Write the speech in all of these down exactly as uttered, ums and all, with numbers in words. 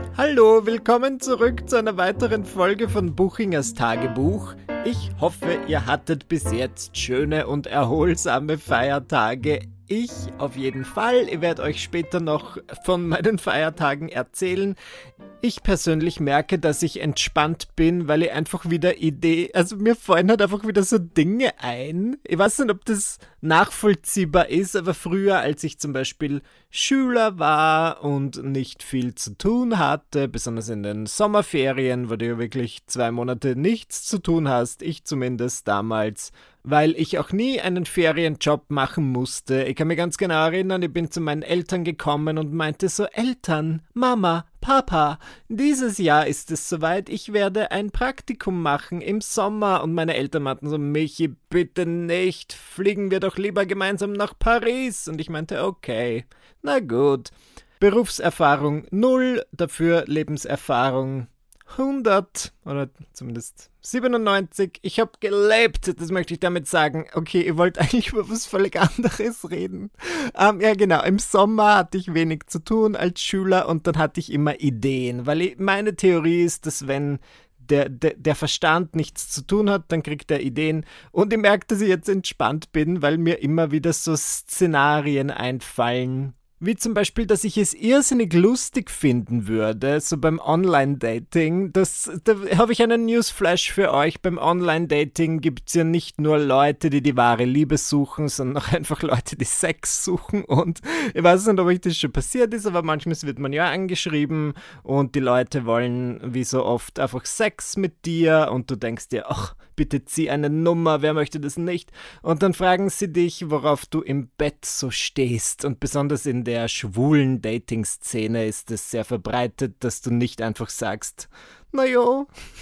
Hallo, willkommen zurück zu einer weiteren Folge von Buchingers Tagebuch. Ich hoffe, ihr hattet bis jetzt schöne und erholsame Feiertage. Ich auf jeden Fall. Ich werde euch später noch von meinen Feiertagen erzählen. Ich persönlich merke, dass ich entspannt bin, weil ich einfach wieder Idee, also mir fallen halt einfach wieder so Dinge ein. Ich weiß nicht, ob das nachvollziehbar ist, aber früher, als ich zum Beispiel Schüler war und nicht viel zu tun hatte, besonders in den Sommerferien, wo du ja wirklich zwei Monate nichts zu tun hast, ich zumindest damals, weil ich auch nie einen Ferienjob machen musste. Ich kann mich ganz genau erinnern, ich bin zu meinen Eltern gekommen und meinte so, Eltern, Mama, Papa, dieses Jahr ist es soweit, ich werde ein Praktikum machen im Sommer. Und meine Eltern meinten so, Michi, bitte nicht, fliegen wir doch lieber gemeinsam nach Paris. Und ich meinte, okay, na gut. Berufserfahrung null, dafür Lebenserfahrung hundert oder zumindest siebenundneunzig. Ich habe gelebt, das möchte ich damit sagen. Okay, ihr wollt eigentlich über was völlig anderes reden. Ähm, ja genau, im Sommer hatte ich wenig zu tun als Schüler und dann hatte ich immer Ideen, weil ich, meine Theorie ist, dass wenn der, der, der Verstand nichts zu tun hat, dann kriegt er Ideen. Und ich merke, dass ich jetzt entspannt bin, weil mir immer wieder so Szenarien einfallen. Wie zum Beispiel, dass ich es irrsinnig lustig finden würde, so beim Online-Dating. Das, da habe ich einen Newsflash für euch. Beim Online-Dating gibt es ja nicht nur Leute, die die wahre Liebe suchen, sondern auch einfach Leute, die Sex suchen. Und ich weiß nicht, ob euch das schon passiert ist, aber manchmal wird man ja angeschrieben und die Leute wollen, wie so oft, einfach Sex mit dir und du denkst dir, ach, bitte zieh eine Nummer, wer möchte das nicht? Und dann fragen sie dich, worauf du im Bett so stehst. Und besonders in der schwulen Dating-Szene ist es sehr verbreitet, dass du nicht einfach sagst, naja,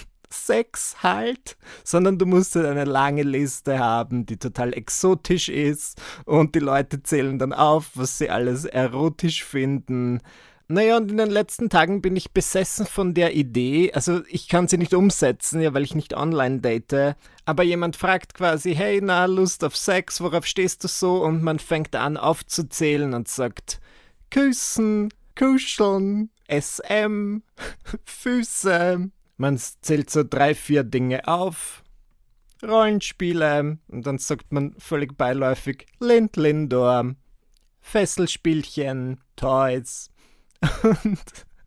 Sex halt, sondern du musst halt eine lange Liste haben, die total exotisch ist und die Leute zählen dann auf, was sie alles erotisch finden. Naja, und in den letzten Tagen bin ich besessen von der Idee, also ich kann sie nicht umsetzen, ja, weil ich nicht online date, aber jemand fragt quasi, hey, na, Lust auf Sex, worauf stehst du so? Und man fängt an aufzuzählen und sagt, küssen, kuscheln, S M, Füße. Man zählt so drei, vier Dinge auf, Rollenspiele, und dann sagt man völlig beiläufig, Lind Lindor, Fesselspielchen, Toys. Und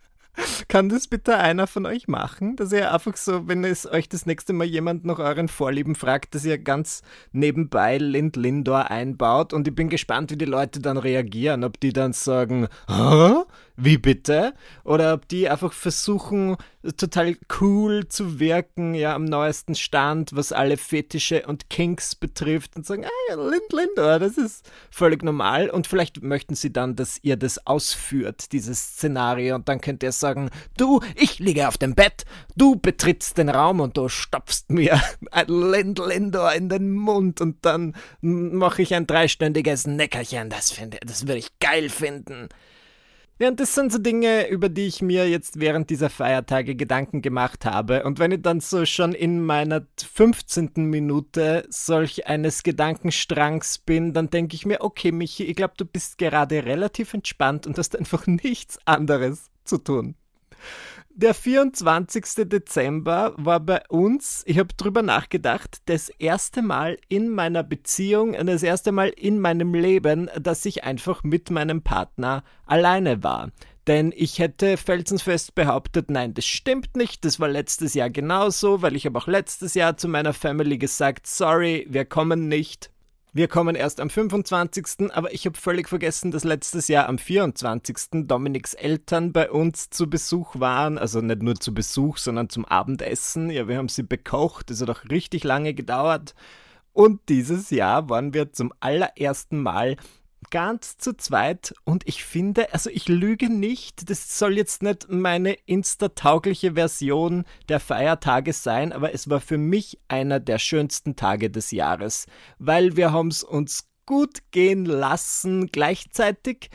kann das bitte einer von euch machen, dass ihr einfach so, wenn es euch das nächste Mal jemand nach euren Vorlieben fragt, dass ihr ganz nebenbei Lind Lindor einbaut, und ich bin gespannt, wie die Leute dann reagieren, ob die dann sagen, hä? Wie bitte? Oder ob die einfach versuchen, total cool zu wirken, ja, am neuesten Stand, was alle Fetische und Kinks betrifft, und sagen, ah, Lind Lindor, das ist völlig normal, und vielleicht möchten sie dann, dass ihr das ausführt, dieses Szenario, und dann könnt ihr sagen, du, ich liege auf dem Bett, du betrittst den Raum und du stopfst mir ein Lind Lindor in den Mund, und dann mache ich ein dreistündiges Neckerchen, das finde, das würde ich geil finden. Ja, und das sind so Dinge, über die ich mir jetzt während dieser Feiertage Gedanken gemacht habe. Und wenn ich dann so schon in meiner fünfzehnten Minute solch eines Gedankenstrangs bin, dann denke ich mir, okay, Michi, ich glaube, du bist gerade relativ entspannt und hast einfach nichts anderes zu tun. Der vierundzwanzigster Dezember war bei uns, ich habe drüber nachgedacht, das erste Mal in meiner Beziehung, das erste Mal in meinem Leben, dass ich einfach mit meinem Partner alleine war. Denn ich hätte felsenfest behauptet, nein, das stimmt nicht, das war letztes Jahr genauso, weil ich habe auch letztes Jahr zu meiner Family gesagt, sorry, wir kommen nicht. Wir kommen erst am fünfundzwanzigsten aber ich habe völlig vergessen, dass letztes Jahr am vierundzwanzigsten Dominiks Eltern bei uns zu Besuch waren. Also nicht nur zu Besuch, sondern zum Abendessen. Ja, wir haben sie bekocht, das hat auch richtig lange gedauert. Und dieses Jahr waren wir zum allerersten Mal ganz zu zweit, und ich finde, also ich lüge nicht, das soll jetzt nicht meine insta-taugliche Version der Feiertage sein, aber es war für mich einer der schönsten Tage des Jahres, weil wir haben es uns gut gehen lassen gleichzeitig,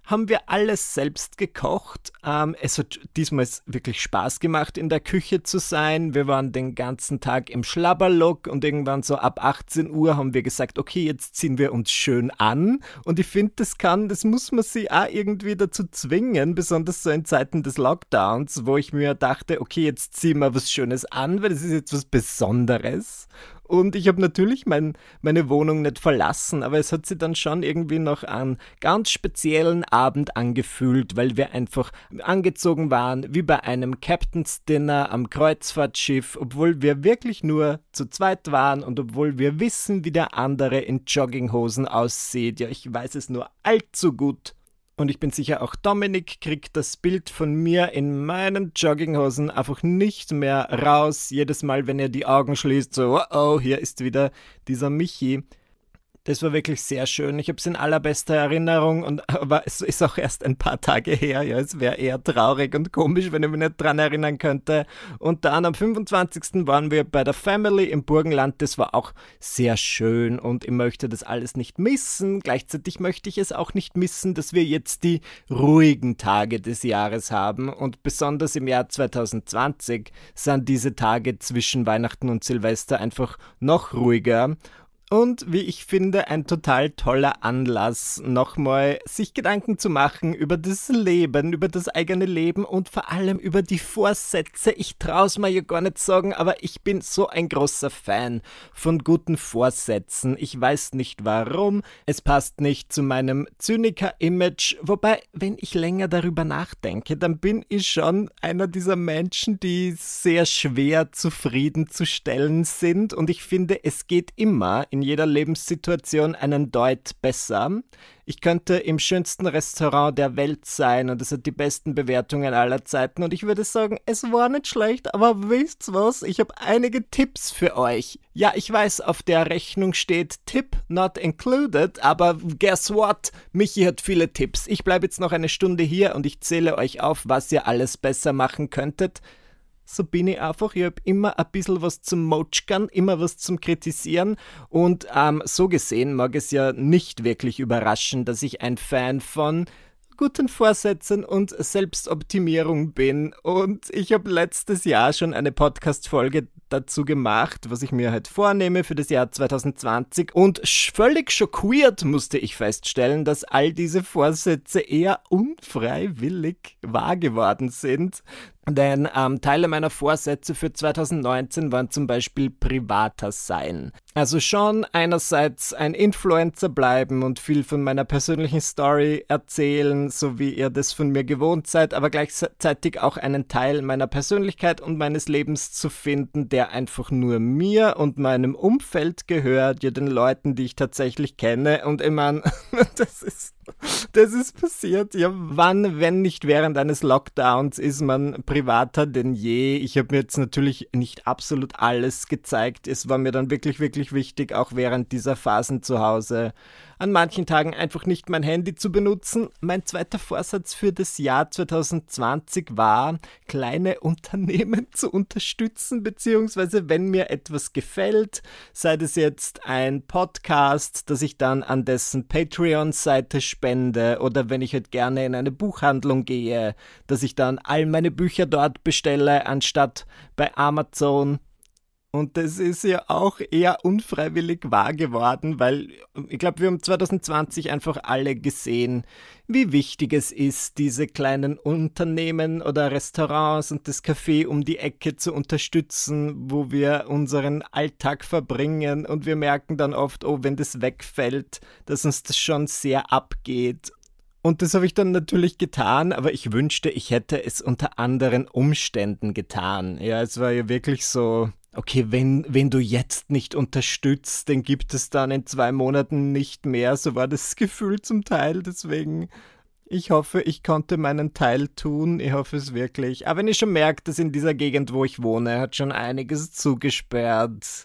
haben wir alles selbst gekocht. Ähm, es hat diesmal wirklich Spaß gemacht, in der Küche zu sein. Wir waren den ganzen Tag im Schlabberlock und irgendwann so ab achtzehn Uhr haben wir gesagt, okay, jetzt ziehen wir uns schön an. Und ich finde, das kann, das muss man sich auch irgendwie dazu zwingen, besonders so in Zeiten des Lockdowns, wo ich mir dachte, okay, jetzt ziehen wir was Schönes an, weil das ist jetzt was Besonderes. Und ich habe natürlich mein, meine Wohnung nicht verlassen, aber es hat sich dann schon irgendwie noch einen ganz speziellen Abend angefühlt, weil wir einfach angezogen waren wie bei einem Captain's Dinner am Kreuzfahrtschiff, obwohl wir wirklich nur zu zweit waren und obwohl wir wissen, wie der andere in Jogginghosen aussieht. Ja, ich weiß es nur allzu gut. Und ich bin sicher, auch Dominik kriegt das Bild von mir in meinen Jogginghosen einfach nicht mehr raus. Jedes Mal, wenn er die Augen schließt, so, oh, oh, hier ist wieder dieser Michi. Das war wirklich sehr schön. Ich habe es in allerbester Erinnerung, und, aber es ist auch erst ein paar Tage her. Ja, es wäre eher traurig und komisch, wenn ich mich nicht dran erinnern könnte. Und dann am fünfundzwanzigsten waren wir bei der Family im Burgenland. Das war auch sehr schön und ich möchte das alles nicht missen. Gleichzeitig möchte ich es auch nicht missen, dass wir jetzt die ruhigen Tage des Jahres haben. Und besonders im Jahr zwanzig zwanzig sind diese Tage zwischen Weihnachten und Silvester einfach noch ruhiger. Und wie ich finde, ein total toller Anlass, nochmal sich Gedanken zu machen über das Leben, über das eigene Leben und vor allem über die Vorsätze. Ich traue es mir ja gar nicht sagen, aber ich bin so ein großer Fan von guten Vorsätzen. Ich weiß nicht warum, es passt nicht zu meinem Zyniker-Image, wobei, wenn ich länger darüber nachdenke, dann bin ich schon einer dieser Menschen, die sehr schwer zufriedenzustellen sind, und ich finde, es geht immer in jeder Lebenssituation einen Deut besser. Ich könnte im schönsten Restaurant der Welt sein und es hat die besten Bewertungen aller Zeiten und ich würde sagen, es war nicht schlecht, aber wisst was? Ich habe einige Tipps für euch. Ja, ich weiß, auf der Rechnung steht Tip not included, aber guess what? Michi hat viele Tipps. Ich bleibe jetzt noch eine Stunde hier und ich zähle euch auf, was ihr alles besser machen könntet. So bin ich einfach, ich habe immer ein bisschen was zum Motschkern, immer was zum Kritisieren und ähm, so gesehen mag es ja nicht wirklich überraschen, dass ich ein Fan von guten Vorsätzen und Selbstoptimierung bin, und ich habe letztes Jahr schon eine Podcast-Folge dazu gemacht, was ich mir halt vornehme für das Jahr zwanzig zwanzig, und völlig schockiert musste ich feststellen, dass all diese Vorsätze eher unfreiwillig wahr geworden sind. Denn ähm, Teile meiner Vorsätze für zwanzig neunzehn waren zum Beispiel privater sein. Also schon einerseits ein Influencer bleiben und viel von meiner persönlichen Story erzählen, so wie ihr das von mir gewohnt seid, aber gleichzeitig auch einen Teil meiner Persönlichkeit und meines Lebens zu finden, der einfach nur mir und meinem Umfeld gehört, ja, den Leuten, die ich tatsächlich kenne. Und ich meine, das ist... Das ist passiert. Ja, wann, wenn nicht während eines Lockdowns, ist man privater denn je. Ich habe mir jetzt natürlich nicht absolut alles gezeigt. Es war mir dann wirklich, wirklich wichtig, auch während dieser Phasen zu Hause, an manchen Tagen einfach nicht mein Handy zu benutzen. Mein zweiter Vorsatz für das Jahr zwanzig zwanzig war, kleine Unternehmen zu unterstützen, beziehungsweise wenn mir etwas gefällt, sei das jetzt ein Podcast, dass ich dann an dessen Patreon-Seite spende, oder wenn ich halt gerne in eine Buchhandlung gehe, dass ich dann all meine Bücher dort bestelle, anstatt bei Amazon. Und das ist ja auch eher unfreiwillig wahr geworden, weil ich glaube, wir haben zwanzig zwanzig einfach alle gesehen, wie wichtig es ist, diese kleinen Unternehmen oder Restaurants und das Café um die Ecke zu unterstützen, wo wir unseren Alltag verbringen, und wir merken dann oft, oh, wenn das wegfällt, dass uns das schon sehr abgeht. Und das habe ich dann natürlich getan, aber ich wünschte, ich hätte es unter anderen Umständen getan. Ja, es war ja wirklich so... Okay, wenn, wenn du jetzt nicht unterstützt, den gibt es dann in zwei Monaten nicht mehr. So war das Gefühl zum Teil. Deswegen, ich hoffe, ich konnte meinen Teil tun. Ich hoffe es wirklich. Aber wenn ich schon merke, dass in dieser Gegend, wo ich wohne, hat schon einiges zugesperrt.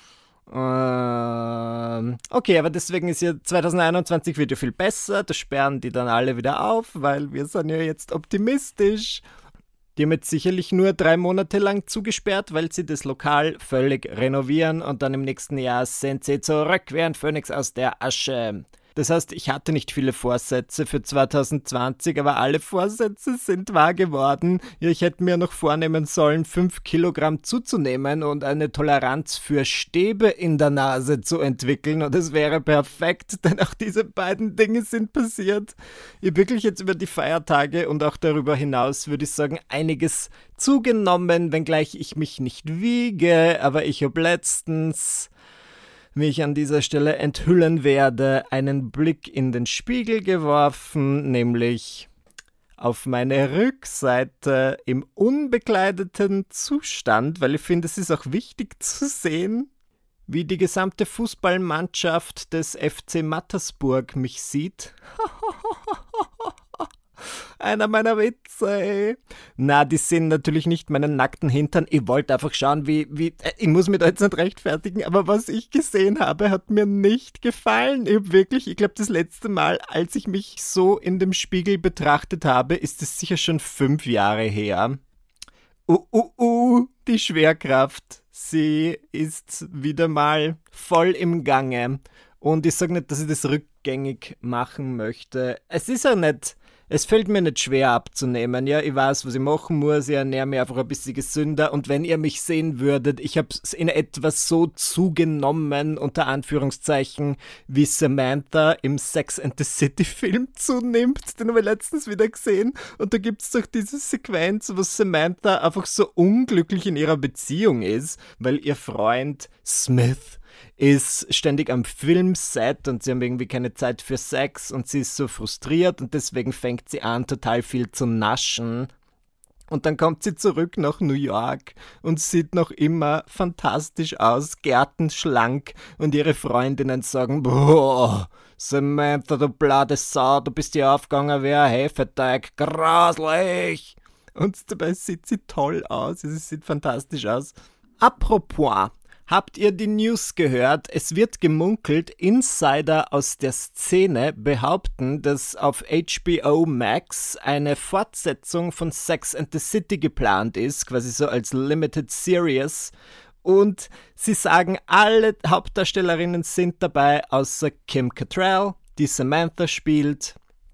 Ähm, okay, aber deswegen ist ja zwanzig einundzwanzig wird ja viel besser. Da sperren die dann alle wieder auf, weil wir sind ja jetzt optimistisch. Die haben jetzt sicherlich nur drei Monate lang zugesperrt, weil sie das Lokal völlig renovieren, und dann im nächsten Jahr sind sie zurück wie ein Phönix aus der Asche. Das heißt, ich hatte nicht viele Vorsätze für zwanzig zwanzig, aber alle Vorsätze sind wahr geworden. Ja, ich hätte mir noch vornehmen sollen, fünf Kilogramm zuzunehmen und eine Toleranz für Stäbe in der Nase zu entwickeln. Und es wäre perfekt, denn auch diese beiden Dinge sind passiert. Ich wirklich jetzt über die Feiertage und auch darüber hinaus, würde ich sagen, einiges zugenommen, wenngleich ich mich nicht wiege. Aber ich habe letztens, wie ich an dieser Stelle enthüllen werde, einen Blick in den Spiegel geworfen, nämlich auf meine Rückseite im unbekleideten Zustand, weil ich finde, es ist auch wichtig zu sehen, wie die gesamte Fußballmannschaft des F C Mattersburg mich sieht. Einer meiner Witze, ey. Na, die sehen natürlich nicht meinen nackten Hintern. Ich wollte einfach schauen, wie, wie, ich muss mich da jetzt nicht rechtfertigen, aber was ich gesehen habe, hat mir nicht gefallen. Ich hab wirklich, ich glaube, das letzte Mal, als ich mich so in dem Spiegel betrachtet habe, ist es sicher schon fünf Jahre her. Uh, uh, uh, die Schwerkraft. Sie ist wieder mal voll im Gange. Und ich sage nicht, dass ich das rückgängig machen möchte. Es ist ja nicht... Es fällt mir nicht schwer abzunehmen, ja, ich weiß, was ich machen muss, ich ernähre mich einfach ein bisschen gesünder und wenn ihr mich sehen würdet, ich habe es in etwas so zugenommen, unter Anführungszeichen, wie Samantha im Sex and the City Film zunimmt, den habe ich letztens wieder gesehen und da gibt es doch diese Sequenz, wo Samantha einfach so unglücklich in ihrer Beziehung ist, weil ihr Freund Smith ist ständig am Filmset und sie haben irgendwie keine Zeit für Sex und sie ist so frustriert und deswegen fängt sie an, total viel zu naschen. Und dann kommt sie zurück nach New York und sieht noch immer fantastisch aus, gärtenschlank und ihre Freundinnen sagen, boah, Samantha, du blöde Sau, du bist ja aufgegangen wie ein Hefeteig, grauslich. Und dabei sieht sie toll aus, sie sieht fantastisch aus. Apropos, habt ihr die News gehört? Es wird gemunkelt, Insider aus der Szene behaupten, dass auf H B O Max eine Fortsetzung von Sex and the City geplant ist, quasi so als Limited Series. Und sie sagen, alle Hauptdarstellerinnen sind dabei, außer Kim Cattrall, die Samantha spielt.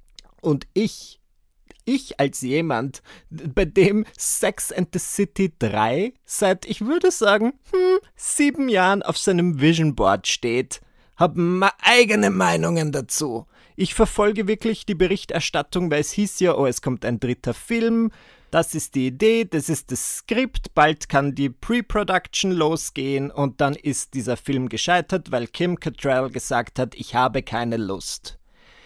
Und ich... Ich als jemand, bei dem Sex and the City drei seit, ich würde sagen, hm, sieben Jahren auf seinem Vision Board steht, habe ma- eigene Meinungen dazu. Ich verfolge wirklich die Berichterstattung, weil es hieß ja, oh, es kommt ein dritter Film, das ist die Idee, das ist das Skript, bald kann die Pre-Production losgehen und dann ist dieser Film gescheitert, weil Kim Cattrall gesagt hat, ich habe keine Lust.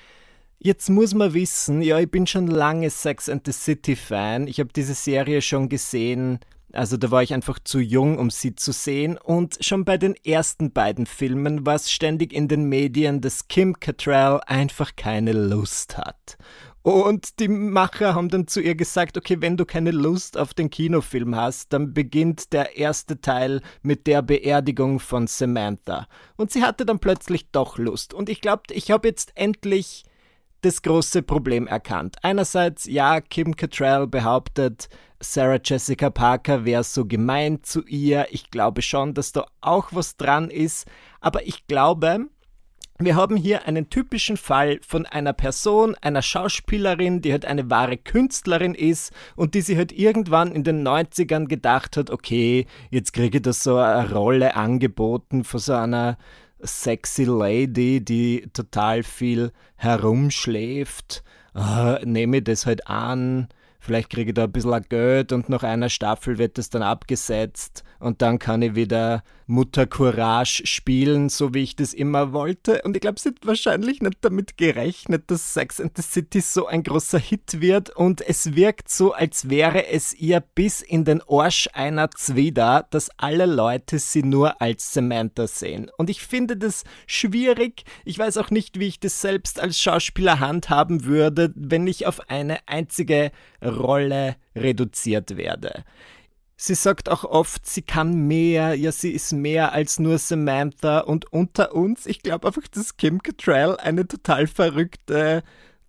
Jetzt muss man wissen, ja, ich bin schon lange Sex and the City Fan. Ich habe diese Serie schon gesehen, also da war ich einfach zu jung, um sie zu sehen. Und schon bei den ersten beiden Filmen war es ständig in den Medien, dass Kim Cattrall einfach keine Lust hat. Und die Macher haben dann zu ihr gesagt, okay, wenn du keine Lust auf den Kinofilm hast, dann beginnt der erste Teil mit der Beerdigung von Samantha. Und sie hatte dann plötzlich doch Lust. Und ich glaube, ich habe jetzt endlich das große Problem erkannt. Einerseits, ja, Kim Cattrall behauptet, Sarah Jessica Parker wäre so gemein zu ihr. Ich glaube schon, dass da auch was dran ist. Aber ich glaube, wir haben hier einen typischen Fall von einer Person, einer Schauspielerin, die halt eine wahre Künstlerin ist und die sich halt irgendwann in den neunzigern gedacht hat, okay, jetzt kriege ich da so eine Rolle angeboten von so einer sexy Lady, die total viel herumschläft, äh, nehme ich das halt an, vielleicht kriege ich da ein bisschen Geld und nach einer Staffel wird das dann abgesetzt und dann kann ich wieder Mutter Courage spielen, so wie ich das immer wollte. Und ich glaube, sie hat wahrscheinlich nicht damit gerechnet, dass Sex and the City so ein großer Hit wird und es wirkt so, als wäre es ihr bis in den Arsch einer Zwider, dass alle Leute sie nur als Samantha sehen. Und ich finde das schwierig. Ich weiß auch nicht, wie ich das selbst als Schauspieler handhaben würde, wenn ich auf eine einzige Rolle reduziert werde. Sie sagt auch oft, sie kann mehr, ja, sie ist mehr als nur Samantha und unter uns, ich glaube einfach, dass Kim Cattrall eine total verrückte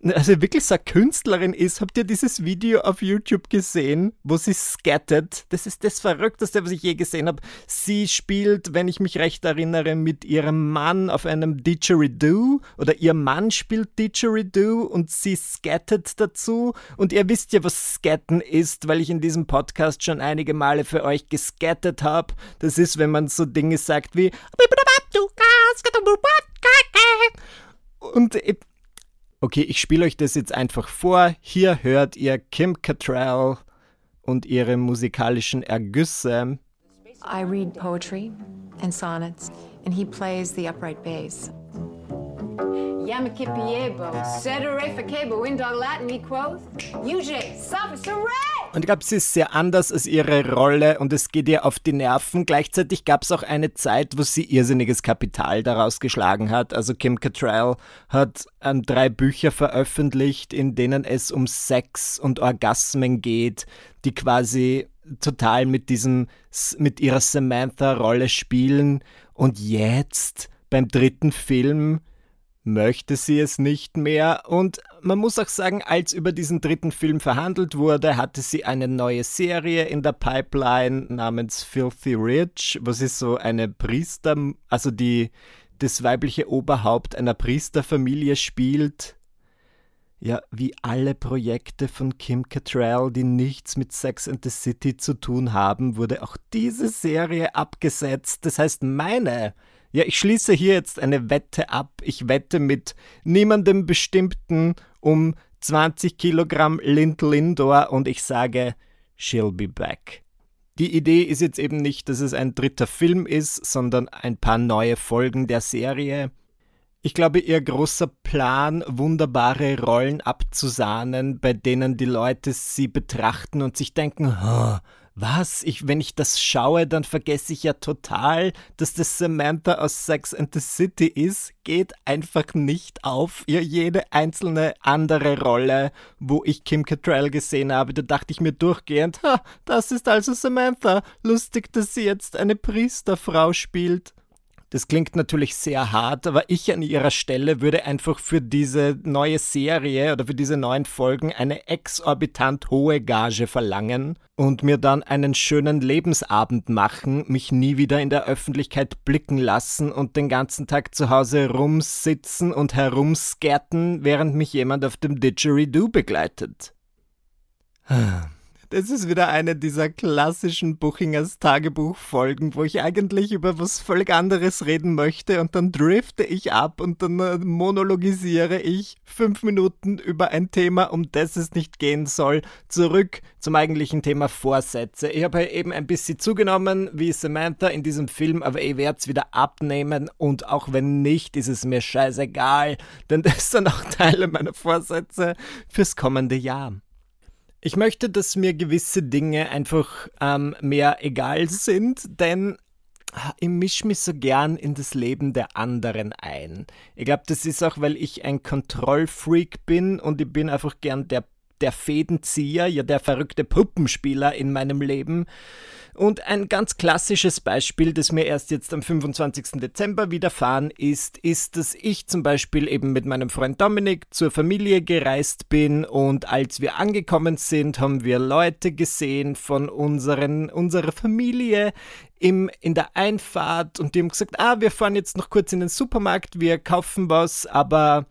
also wirklich so eine Künstlerin ist. Habt ihr dieses Video auf YouTube gesehen, wo sie skattet? Das ist das Verrückteste, was ich je gesehen habe. Sie spielt, wenn ich mich recht erinnere, mit ihrem Mann auf einem Didgeridoo oder ihr Mann spielt Didgeridoo und sie skattet dazu. Und ihr wisst ja, was Skatten ist, weil ich in diesem Podcast schon einige Male für euch geskattet habe. Das ist, wenn man so Dinge sagt wie und okay, ich spiele euch das jetzt einfach vor. Hier hört ihr Kim Cattrall und ihre musikalischen Ergüsse. I read poetry and sonnets, and he plays the upright bass. Und ich glaube, sie ist sehr anders als ihre Rolle und es geht ihr auf die Nerven. Gleichzeitig gab es auch eine Zeit, wo sie irrsinniges Kapital daraus geschlagen hat. Also Kim Cattrall hat ähm, drei Bücher veröffentlicht, in denen es um Sex und Orgasmen geht, die quasi total mit diesem, mit ihrer Samantha-Rolle spielen. Und jetzt beim dritten Film möchte sie es nicht mehr und man muss auch sagen, als über diesen dritten Film verhandelt wurde, hatte sie eine neue Serie in der Pipeline namens Filthy Rich, wo sie so eine Priester, also die das weibliche Oberhaupt einer Priesterfamilie spielt. Ja, wie alle Projekte von Kim Cattrall, die nichts mit Sex and the City zu tun haben, wurde auch diese Serie abgesetzt. Das heißt, meine Ja, ich schließe hier jetzt eine Wette ab. Ich wette mit niemandem Bestimmten um zwanzig Kilogramm Lind Lindor und ich sage, she'll be back. Die Idee ist jetzt eben nicht, dass es ein dritter Film ist, sondern ein paar neue Folgen der Serie. Ich glaube, ihr großer Plan, wunderbare Rollen abzusahnen, bei denen die Leute sie betrachten und sich denken, oh, was? Ich, wenn ich das schaue, dann vergesse ich ja total, dass das Samantha aus Sex and the City ist, geht einfach nicht auf. Ja, jede einzelne andere Rolle, wo ich Kim Cattrall gesehen habe, da dachte ich mir durchgehend, ha, das ist also Samantha. Lustig, dass sie jetzt eine Priesterfrau spielt. Das klingt natürlich sehr hart, aber ich an ihrer Stelle würde einfach für diese neue Serie oder für diese neuen Folgen eine exorbitant hohe Gage verlangen und mir dann einen schönen Lebensabend machen, mich nie wieder in der Öffentlichkeit blicken lassen und den ganzen Tag zu Hause rumsitzen und herumskaten, während mich jemand auf dem Didgeridoo begleitet. Das ist wieder eine dieser klassischen Buchingers Tagebuch-Folgen, wo ich eigentlich über was völlig anderes reden möchte und dann drifte ich ab und dann monologisiere ich fünf Minuten über ein Thema, um das es nicht gehen soll. Zurück zum eigentlichen Thema Vorsätze. Ich habe eben ein bisschen zugenommen wie Samantha in diesem Film, aber ich werde es wieder abnehmen und auch wenn nicht, ist es mir scheißegal, denn das sind auch Teile meiner Vorsätze fürs kommende Jahr. Ich möchte, dass mir gewisse Dinge einfach ähm, mehr egal sind, denn ich mische mich so gern in das Leben der anderen ein. Ich glaube, das ist auch, weil ich ein Kontrollfreak bin und ich bin einfach gern der, der Fädenzieher, ja der verrückte Puppenspieler in meinem Leben. Und ein ganz klassisches Beispiel, das mir erst jetzt am fünfundzwanzigsten Dezember widerfahren ist, ist, dass ich zum Beispiel eben mit meinem Freund Dominik zur Familie gereist bin und als wir angekommen sind, haben wir Leute gesehen von unseren, unserer Familie im, in der Einfahrt und die haben gesagt, ah, wir fahren jetzt noch kurz in den Supermarkt, wir kaufen was, aber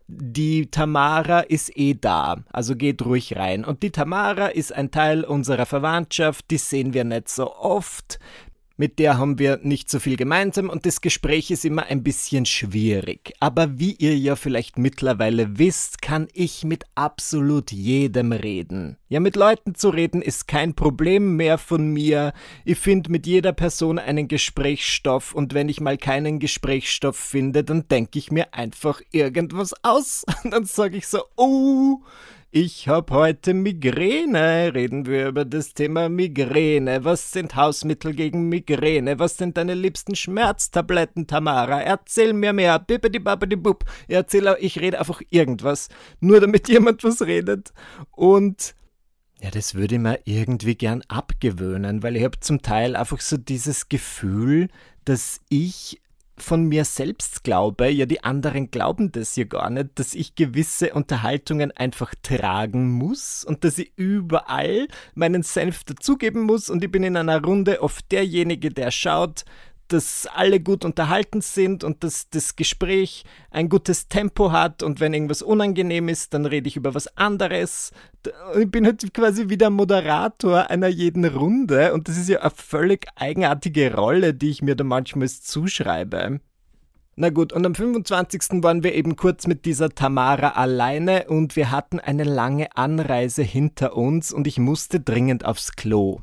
die Tamara ist eh da, also geht ruhig rein. Und die Tamara ist ein Teil unserer Verwandtschaft, die sehen wir nicht so oft. Mit der haben wir nicht so viel gemeinsam und das Gespräch ist immer ein bisschen schwierig. Aber wie ihr ja vielleicht mittlerweile wisst, kann ich mit absolut jedem reden. Ja, mit Leuten zu reden ist kein Problem mehr von mir. Ich finde mit jeder Person einen Gesprächsstoff und wenn ich mal keinen Gesprächsstoff finde, dann denke ich mir einfach irgendwas aus. Und dann sage ich so, oh, ich hab heute Migräne. Reden wir über das Thema Migräne. Was sind Hausmittel gegen Migräne? Was sind deine liebsten Schmerztabletten, Tamara? Erzähl mir mehr. Bibbidi-babbidi-bub. Erzähl, ich rede einfach irgendwas. Nur damit jemand was redet. Und ja, das würde ich mir irgendwie gern abgewöhnen, weil ich habe zum Teil einfach so dieses Gefühl, dass ich von mir selbst glaube, ja die anderen glauben das ja gar nicht, dass ich gewisse Unterhaltungen einfach tragen muss und dass ich überall meinen Senf dazugeben muss und ich bin in einer Runde oft derjenige, der schaut, dass alle gut unterhalten sind und dass das Gespräch ein gutes Tempo hat und wenn irgendwas unangenehm ist, dann rede ich über was anderes. Ich bin halt quasi wie der Moderator einer jeden Runde und das ist ja eine völlig eigenartige Rolle, die ich mir da manchmal zuschreibe. Na gut, und am fünfundzwanzigsten waren wir eben kurz mit dieser Tamara alleine und wir hatten eine lange Anreise hinter uns und ich musste dringend aufs Klo.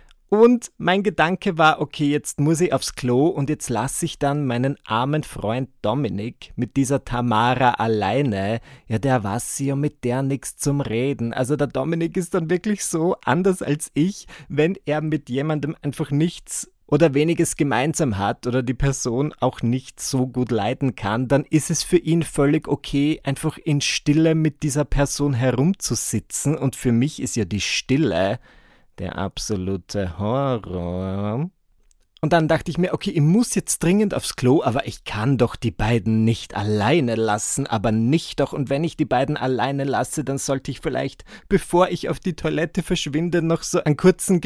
Und mein Gedanke war, okay, jetzt muss ich aufs Klo und jetzt lasse ich dann meinen armen Freund Dominik mit dieser Tamara alleine. Ja, der weiß ja mit der nichts zum Reden. Also der Dominik ist dann wirklich so anders als ich, wenn er mit jemandem einfach nichts oder weniges gemeinsam hat oder die Person auch nicht so gut leiden kann, dann ist es für ihn völlig okay, einfach in Stille mit dieser Person herumzusitzen. Und für mich ist ja die Stille der absolute Horror. Und dann dachte ich mir, okay, ich muss jetzt dringend aufs Klo, aber ich kann doch die beiden nicht alleine lassen, aber nicht doch. Und wenn ich die beiden alleine lasse, dann sollte ich vielleicht, bevor ich auf die Toilette verschwinde, noch so einen kurzen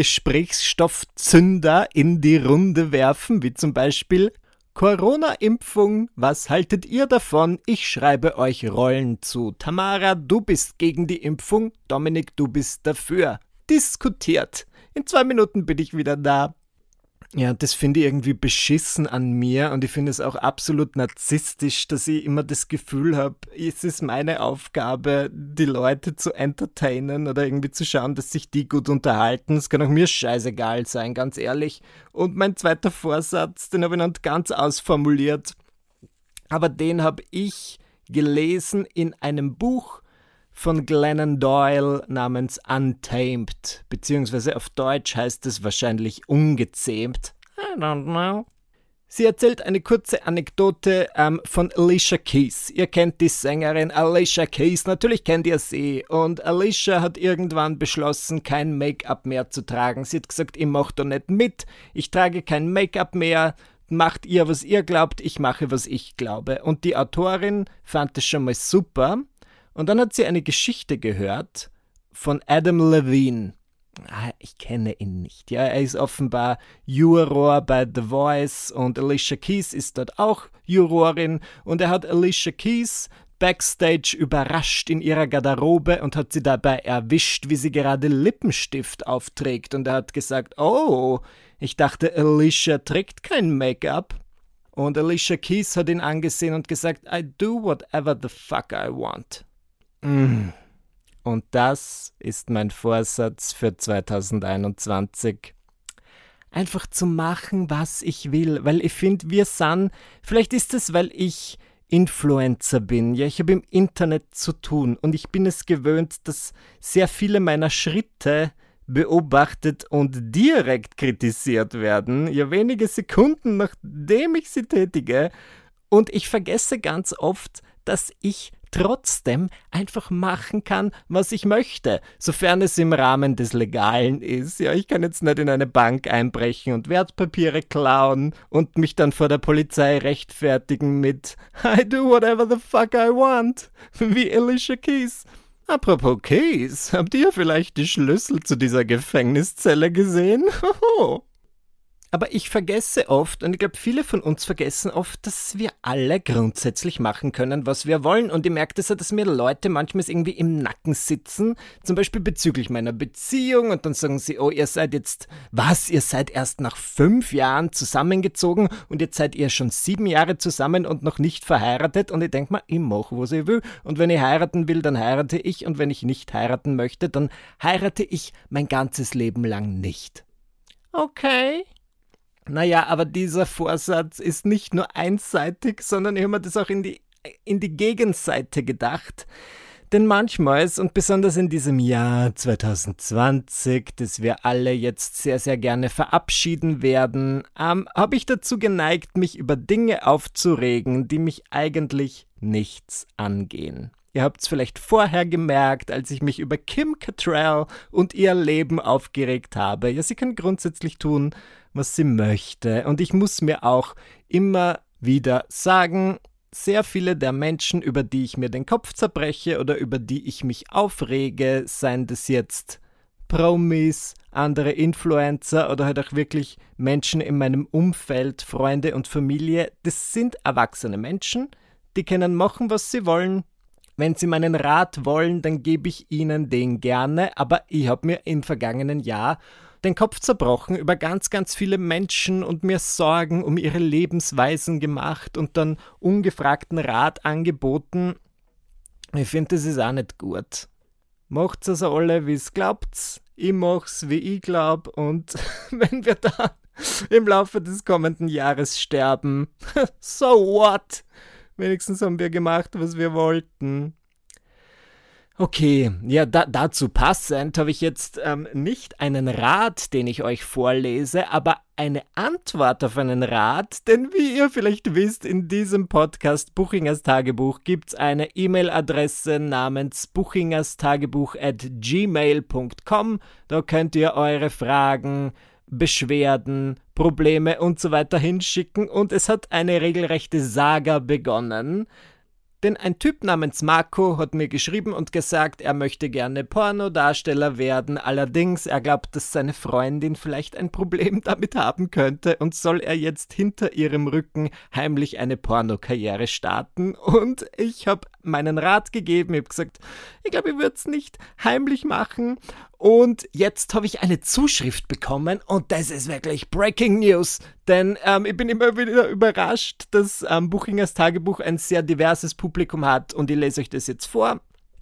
Gesprächsstoffzünder in die Runde werfen, wie zum Beispiel Corona-Impfung, was haltet ihr davon? Ich schreibe euch Rollen zu. Tamara, du bist gegen die Impfung, Dominik, du bist dafür. Diskutiert. In zwei Minuten bin ich wieder da. Ja, das finde ich irgendwie beschissen an mir und ich finde es auch absolut narzisstisch, dass ich immer das Gefühl habe, es ist meine Aufgabe, die Leute zu entertainen oder irgendwie zu schauen, dass sich die gut unterhalten. Es kann auch mir scheißegal sein, ganz ehrlich. Und mein zweiter Vorsatz, den habe ich noch nicht ganz ausformuliert, aber den habe ich gelesen in einem Buch von Glennon Doyle namens Untamed, beziehungsweise auf Deutsch heißt es wahrscheinlich ungezähmt. I don't know. Sie erzählt eine kurze Anekdote ähm, von Alicia Keys. Ihr kennt die Sängerin Alicia Keys, natürlich kennt ihr sie. Und Alicia hat irgendwann beschlossen, kein Make-up mehr zu tragen. Sie hat gesagt, ich mache da nicht mit, ich trage kein Make-up mehr. Macht ihr, was ihr glaubt, ich mache, was ich glaube. Und die Autorin fand es schon mal super. Und dann hat sie eine Geschichte gehört von Adam Levine. Ah, ich kenne ihn nicht. Ja, er ist offenbar Juror bei The Voice und Alicia Keys ist dort auch Jurorin. Und er hat Alicia Keys backstage überrascht in ihrer Garderobe und hat sie dabei erwischt, wie sie gerade Lippenstift aufträgt. Und er hat gesagt, oh, ich dachte, Alicia trägt kein Make-up. Und Alicia Keys hat ihn angesehen und gesagt, I do whatever the fuck I want. Mm. Und das ist mein Vorsatz für zwanzig einundzwanzig. Einfach zu machen, was ich will, weil ich finde, wir sind, vielleicht ist es, weil ich Influencer bin, ja, ich habe im Internet zu tun und ich bin es gewöhnt, dass sehr viele meiner Schritte beobachtet und direkt kritisiert werden, ja wenige Sekunden nachdem ich sie tätige, und ich vergesse ganz oft, dass ich trotzdem einfach machen kann, was ich möchte, sofern es im Rahmen des Legalen ist. Ja, ich kann jetzt nicht in eine Bank einbrechen und Wertpapiere klauen und mich dann vor der Polizei rechtfertigen mit I do whatever the fuck I want, wie Alicia Keys. Apropos Keys, habt ihr vielleicht die Schlüssel zu dieser Gefängniszelle gesehen? Hoho. Aber ich vergesse oft, und ich glaube, viele von uns vergessen oft, dass wir alle grundsätzlich machen können, was wir wollen. Und ich merke das ja, dass mir Leute manchmal irgendwie im Nacken sitzen, zum Beispiel bezüglich meiner Beziehung, und dann sagen sie, oh, ihr seid jetzt, was, ihr seid erst nach fünf Jahren zusammengezogen und jetzt seid ihr schon sieben Jahre zusammen und noch nicht verheiratet. Und ich denke mir, ich mache, was ich will. Und wenn ich heiraten will, dann heirate ich. Und wenn ich nicht heiraten möchte, dann heirate ich mein ganzes Leben lang nicht. Okay. Naja, aber dieser Vorsatz ist nicht nur einseitig, sondern ich habe mir das auch in die, in die Gegenseite gedacht. Denn manchmal, und besonders in diesem Jahr zwanzig zwanzig, das wir alle jetzt sehr, sehr gerne verabschieden werden, ähm, habe ich dazu geneigt, mich über Dinge aufzuregen, die mich eigentlich nichts angehen. Ihr habt es vielleicht vorher gemerkt, als ich mich über Kim Cattrall und ihr Leben aufgeregt habe. Ja, sie kann grundsätzlich tun, was sie möchte. Und ich muss mir auch immer wieder sagen, sehr viele der Menschen, über die ich mir den Kopf zerbreche oder über die ich mich aufrege, seien das jetzt Promis, andere Influencer oder halt auch wirklich Menschen in meinem Umfeld, Freunde und Familie, das sind erwachsene Menschen, die können machen, was sie wollen. Wenn sie meinen Rat wollen, dann gebe ich ihnen den gerne, aber ich habe mir im vergangenen Jahr den Kopf zerbrochen über ganz, ganz viele Menschen und mir Sorgen um ihre Lebensweisen gemacht und dann ungefragten Rat angeboten. Ich finde, das ist auch nicht gut. Macht's also alle, wie es glaubt. Ich mach's, wie ich glaub. Und wenn wir dann im Laufe des kommenden Jahres sterben, so what? Wenigstens haben wir gemacht, was wir wollten. Okay, ja, da, dazu passend habe ich jetzt ähm, nicht einen Rat, den ich euch vorlese, aber eine Antwort auf einen Rat, denn wie ihr vielleicht wisst, in diesem Podcast Buchingers Tagebuch gibt es eine E-Mail-Adresse namens buchingerstagebuch at gmail punkt com. Da könnt ihr eure Fragen, Beschwerden, Probleme und so weiter hinschicken und es hat eine regelrechte Saga begonnen. Denn ein Typ namens Marco hat mir geschrieben und gesagt, er möchte gerne Pornodarsteller werden, allerdings er glaubt, dass seine Freundin vielleicht ein Problem damit haben könnte und soll er jetzt hinter ihrem Rücken heimlich eine Pornokarriere starten. Und ich habe meinen Rat gegeben, ich habe gesagt, ich glaube, ich würde es nicht heimlich machen. Und jetzt habe ich eine Zuschrift bekommen und das ist wirklich Breaking News, denn ähm, ich bin immer wieder überrascht, dass ähm, Buchingers Tagebuch ein sehr diverses Publikum hat und ich lese euch das jetzt vor.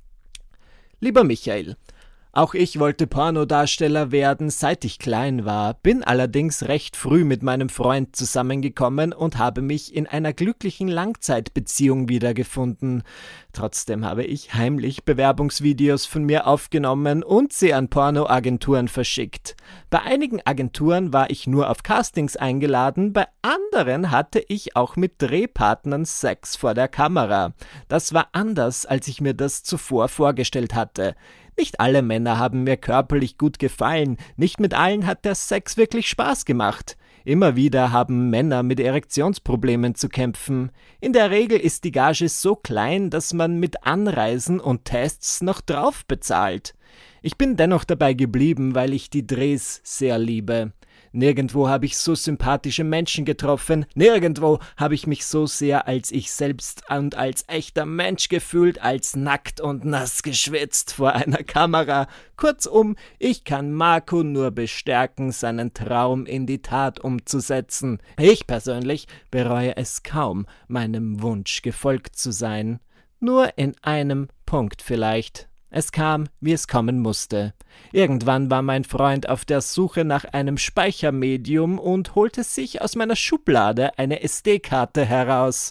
Lieber Michael, auch ich wollte Pornodarsteller werden, seit ich klein war, bin allerdings recht früh mit meinem Freund zusammengekommen und habe mich in einer glücklichen Langzeitbeziehung wiedergefunden. Trotzdem habe ich heimlich Bewerbungsvideos von mir aufgenommen und sie an Pornoagenturen verschickt. Bei einigen Agenturen war ich nur auf Castings eingeladen, bei anderen hatte ich auch mit Drehpartnern Sex vor der Kamera. Das war anders, als ich mir das zuvor vorgestellt hatte. Nicht alle Männer haben mir körperlich gut gefallen, nicht mit allen hat der Sex wirklich Spaß gemacht. Immer wieder haben Männer mit Erektionsproblemen zu kämpfen. In der Regel ist die Gage so klein, dass man mit Anreisen und Tests noch drauf bezahlt. Ich bin dennoch dabei geblieben, weil ich die Drehs sehr liebe. Nirgendwo habe ich so sympathische Menschen getroffen, nirgendwo habe ich mich so sehr als ich selbst und als echter Mensch gefühlt, als nackt und nass geschwitzt vor einer Kamera. Kurzum, ich kann Marco nur bestärken, seinen Traum in die Tat umzusetzen. Ich persönlich bereue es kaum, meinem Wunsch gefolgt zu sein. Nur in einem Punkt vielleicht. Es kam, wie es kommen musste. Irgendwann war mein Freund auf der Suche nach einem Speichermedium und holte sich aus meiner Schublade eine S D-Karte heraus.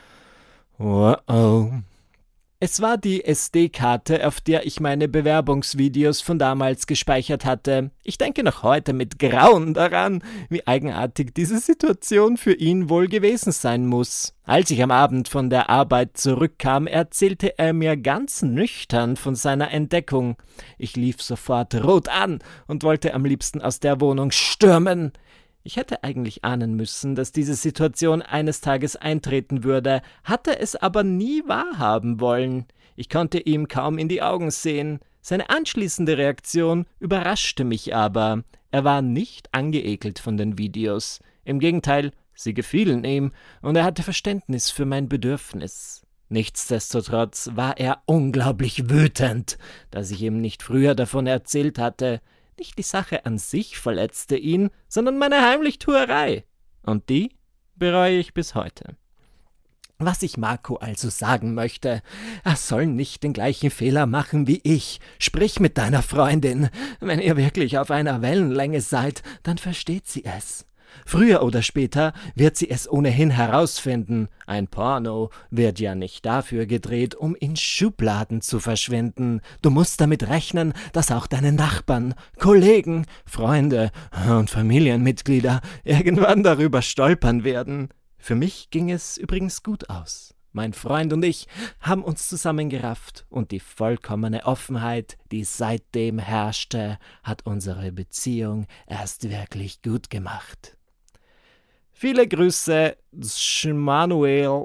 Oh oh. Es war die S D-Karte, auf der ich meine Bewerbungsvideos von damals gespeichert hatte. Ich denke noch heute mit Grauen daran, wie eigenartig diese Situation für ihn wohl gewesen sein muss. Als ich am Abend von der Arbeit zurückkam, erzählte er mir ganz nüchtern von seiner Entdeckung. Ich lief sofort rot an und wollte am liebsten aus der Wohnung stürmen. Ich hätte eigentlich ahnen müssen, dass diese Situation eines Tages eintreten würde, hatte es aber nie wahrhaben wollen. Ich konnte ihm kaum in die Augen sehen. Seine anschließende Reaktion überraschte mich aber. Er war nicht angeekelt von den Videos. Im Gegenteil, sie gefielen ihm und er hatte Verständnis für mein Bedürfnis. Nichtsdestotrotz war er unglaublich wütend, dass ich ihm nicht früher davon erzählt hatte. Nicht die Sache an sich verletzte ihn, sondern meine Heimlichtuerei. Und die bereue ich bis heute. Was ich Marco also sagen möchte, er soll nicht den gleichen Fehler machen wie ich. Sprich mit deiner Freundin. Wenn ihr wirklich auf einer Wellenlänge seid, dann versteht sie es. Früher oder später wird sie es ohnehin herausfinden. Ein Porno wird ja nicht dafür gedreht, um in Schubladen zu verschwinden. Du musst damit rechnen, dass auch deine Nachbarn, Kollegen, Freunde und Familienmitglieder irgendwann darüber stolpern werden. Für mich ging es übrigens gut aus. Mein Freund und ich haben uns zusammengerafft und die vollkommene Offenheit, die seitdem herrschte, hat unsere Beziehung erst wirklich gut gemacht. Viele Grüße, Schmanuel.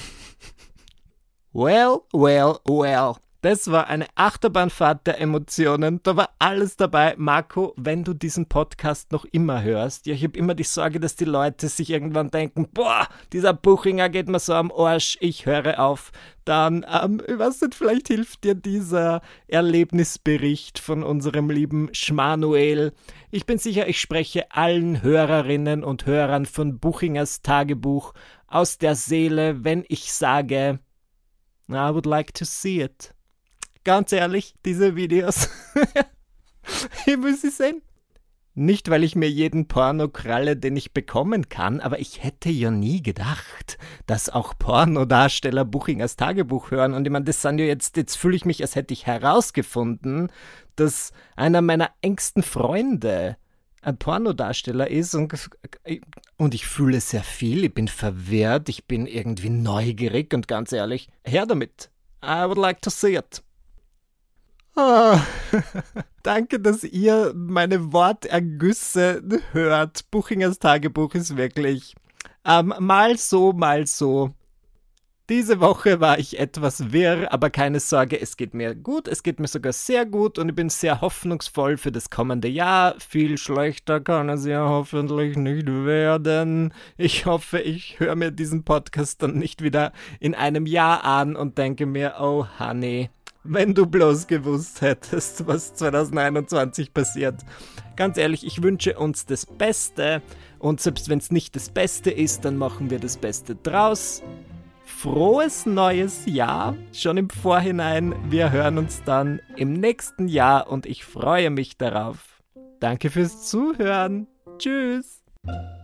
Well, well, well. Das war eine Achterbahnfahrt der Emotionen. Da war alles dabei. Marco, wenn du diesen Podcast noch immer hörst, ja, ich habe immer die Sorge, dass die Leute sich irgendwann denken, boah, dieser Buchinger geht mir so am Arsch, ich höre auf. Dann, ähm, ich weiß nicht, vielleicht hilft dir dieser Erlebnisbericht von unserem lieben Schmanuel. Ich bin sicher, ich spreche allen Hörerinnen und Hörern von Buchingers Tagebuch aus der Seele, wenn ich sage, I would like to see it. Ganz ehrlich, diese Videos, ich muss sie sehen. Nicht, weil ich mir jeden Porno kralle, den ich bekommen kann, aber ich hätte ja nie gedacht, dass auch Pornodarsteller Buchingers Tagebuch hören. Und ich meine, das sind ja jetzt, jetzt fühle ich mich, als hätte ich herausgefunden, dass einer meiner engsten Freunde ein Pornodarsteller ist. Und, und ich fühle sehr viel, ich bin verwirrt, ich bin irgendwie neugierig und ganz ehrlich, her damit. I would like to see it. Oh, danke, dass ihr meine Wortergüsse hört. Buchingers Tagebuch ist wirklich ähm, mal so, mal so. Diese Woche war ich etwas wirr, aber keine Sorge, es geht mir gut, es geht mir sogar sehr gut und ich bin sehr hoffnungsvoll für das kommende Jahr. Viel schlechter kann es ja hoffentlich nicht werden. Ich hoffe, ich höre mir diesen Podcast dann nicht wieder in einem Jahr an und denke mir, oh Honey, wenn du bloß gewusst hättest, was zwanzig einundzwanzig passiert. Ganz ehrlich, ich wünsche uns das Beste und selbst wenn es nicht das Beste ist, dann machen wir das Beste draus. Frohes neues Jahr, schon im Vorhinein. Wir hören uns dann im nächsten Jahr und ich freue mich darauf. Danke fürs Zuhören. Tschüss.